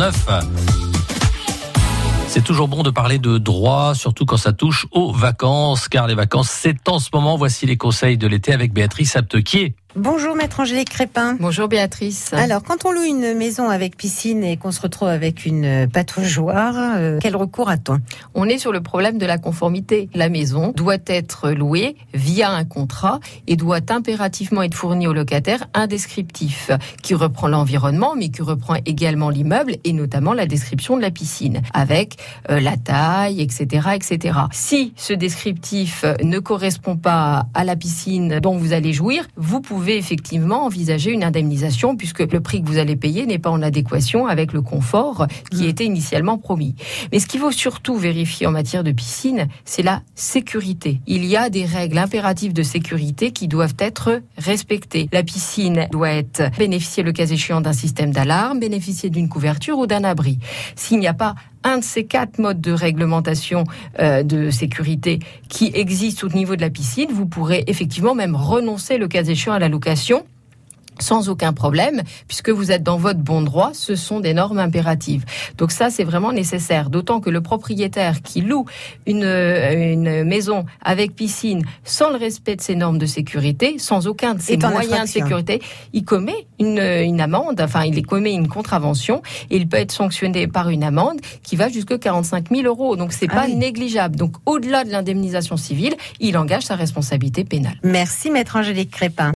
39. C'est toujours bon de parler de droit, surtout quand ça touche aux vacances, car les vacances, c'est en ce moment. Voici les conseils de l'été avec Béatrice Aptequier. Bonjour Maître Angélique Crépin. Bonjour Béatrice. Alors, quand on loue une maison avec piscine et qu'on se retrouve avec une pataugeoire, quel recours a-t-on ? On est sur le problème de la conformité. La maison doit être louée via un contrat et doit impérativement être fournie au locataire un descriptif qui reprend l'environnement mais qui reprend également l'immeuble et notamment la description de la piscine avec la taille, etc., etc. Si ce descriptif ne correspond pas à la piscine dont vous allez jouir, vous pouvez effectivement envisager une indemnisation puisque le prix que vous allez payer n'est pas en adéquation avec le confort qui était initialement promis. Mais ce qu'il faut surtout vérifier en matière de piscine, c'est la sécurité. Il y a des règles impératives de sécurité qui doivent être respectées. La piscine doit bénéficier le cas échéant d'un système d'alarme, bénéficier d'une couverture ou d'un abri. S'il n'y a pas un de ces 4 modes de réglementation de sécurité qui existent au niveau de la piscine, vous pourrez effectivement même renoncer le cas échéant à la location sans aucun problème, puisque vous êtes dans votre bon droit, ce sont des normes impératives. Donc ça, c'est vraiment nécessaire, d'autant que le propriétaire qui loue une maison avec piscine sans le respect de ces normes de sécurité, sans aucun de ces moyens de sécurité, il commet une amende, il commet une contravention, et il peut être sanctionné par une amende qui va jusqu'à 45 000 €. Donc c'est pas négligeable. Donc au-delà de l'indemnisation civile, il engage sa responsabilité pénale. Merci Maître Angélique Crépin.